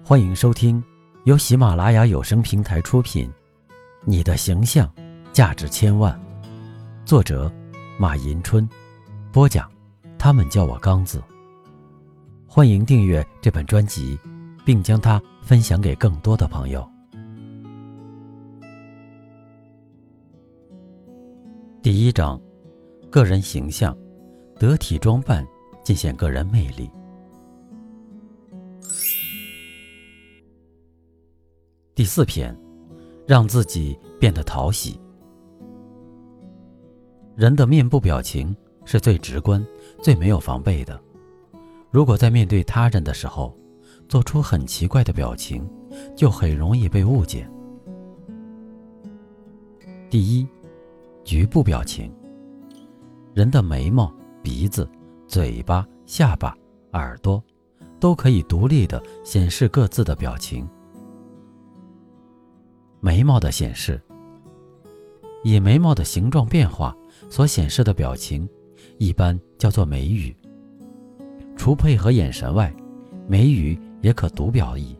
欢迎收听由喜马拉雅有声平台出品，你的形象价值千万，作者马迎春，播讲他们叫我刚子。欢迎订阅这本专辑，并将它分享给更多的朋友。第一章，个人形象，得体装扮尽显个人魅力。第四篇，让自己变得讨喜。人的面部表情是最直观、最没有防备的。如果在面对他人的时候，做出很奇怪的表情，就很容易被误解。第一，局部表情。人的眉毛、鼻子、嘴巴、下巴、耳朵，都可以独立地显示各自的表情。眉毛的显示，以眉毛的形状变化所显示的表情，一般叫做眉宇。除配合眼神外，眉宇也可独表意。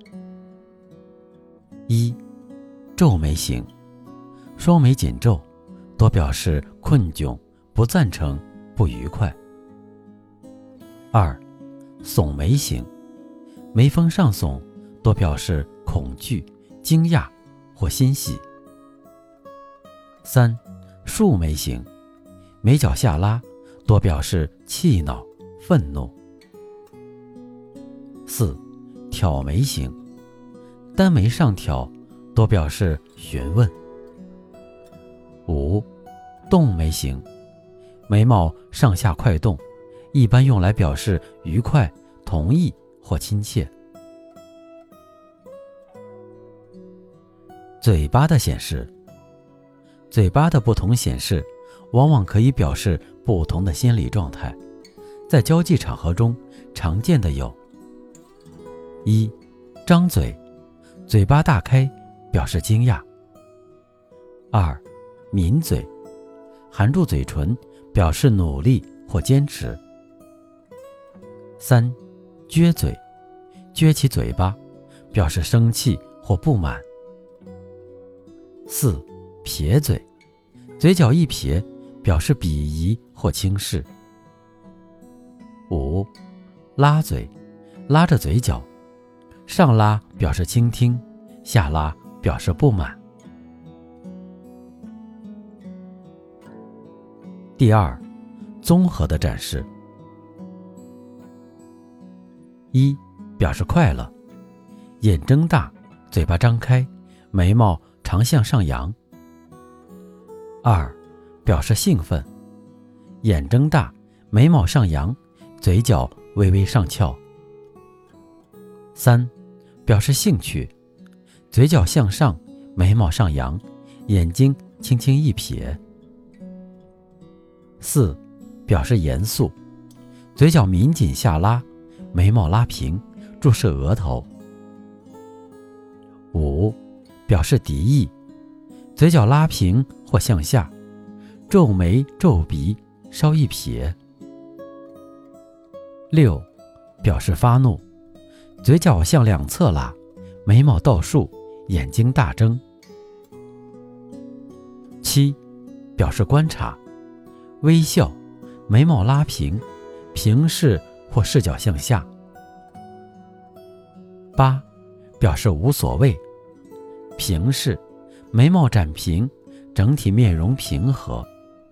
一，皱眉型，双眉紧皱，多表示困窘、不赞成、不愉快。二，耸眉型，眉峰上耸，多表示恐惧、惊讶或欣喜。三，竖眉型，眉角下拉，多表示气恼、愤怒。四，挑眉型，单眉上挑，多表示询问。五，动眉型，眉毛上下快动，一般用来表示愉快、同意或亲切。嘴巴的显示，嘴巴的不同显示，往往可以表示不同的心理状态。在交际场合中，常见的有：一，张嘴，嘴巴大开，表示惊讶。二，抿嘴，含住嘴唇，表示努力或坚持。三，撅嘴，撅起嘴巴，表示生气或不满。四，撇嘴，嘴角一撇，表示鄙夷或轻视。五，拉嘴，拉着嘴角，上拉表示倾听，下拉表示不满。第二，综合的展示。一，表示快乐，眼睁大，嘴巴张开，眉毛常向上扬。二，表示兴奋，眼睁大，眉毛上扬，嘴角微微上翘。三，表示兴趣，嘴角向上，眉毛上扬，眼睛轻轻一瞥。四，表示严肃，嘴角抿紧下拉，眉毛拉平，注视额头。五，表示敌意，嘴角拉平或向下，皱眉皱鼻，稍一撇。六，表示发怒，嘴角向两侧拉，眉毛倒竖，眼睛大睁。七，表示观察，微笑，眉毛拉平，平视或视角向下。八，表示无所谓，平视，眉毛展平，整体面容平和。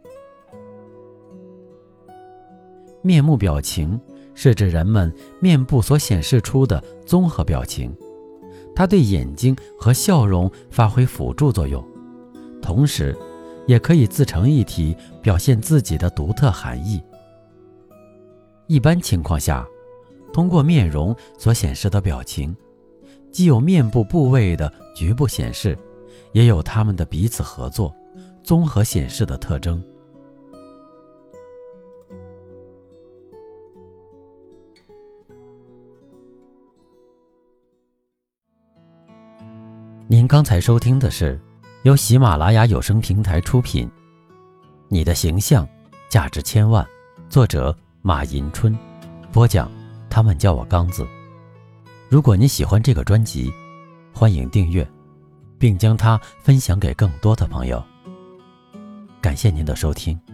面目表情是指人们面部所显示出的综合表情，它对眼睛和笑容发挥辅助作用，同时也可以自成一体，表现自己的独特含义。一般情况下，通过面容所显示的表情，既有面部部位的局部显示，也有它们的彼此合作、综合显示的特征。您刚才收听的是由喜马拉雅有声平台出品，你的形象价值千万，作者马迎春，播讲他们叫我刚子。 如果你喜欢这个专辑，欢迎订阅，并将它分享给更多的朋友。感谢您的收听。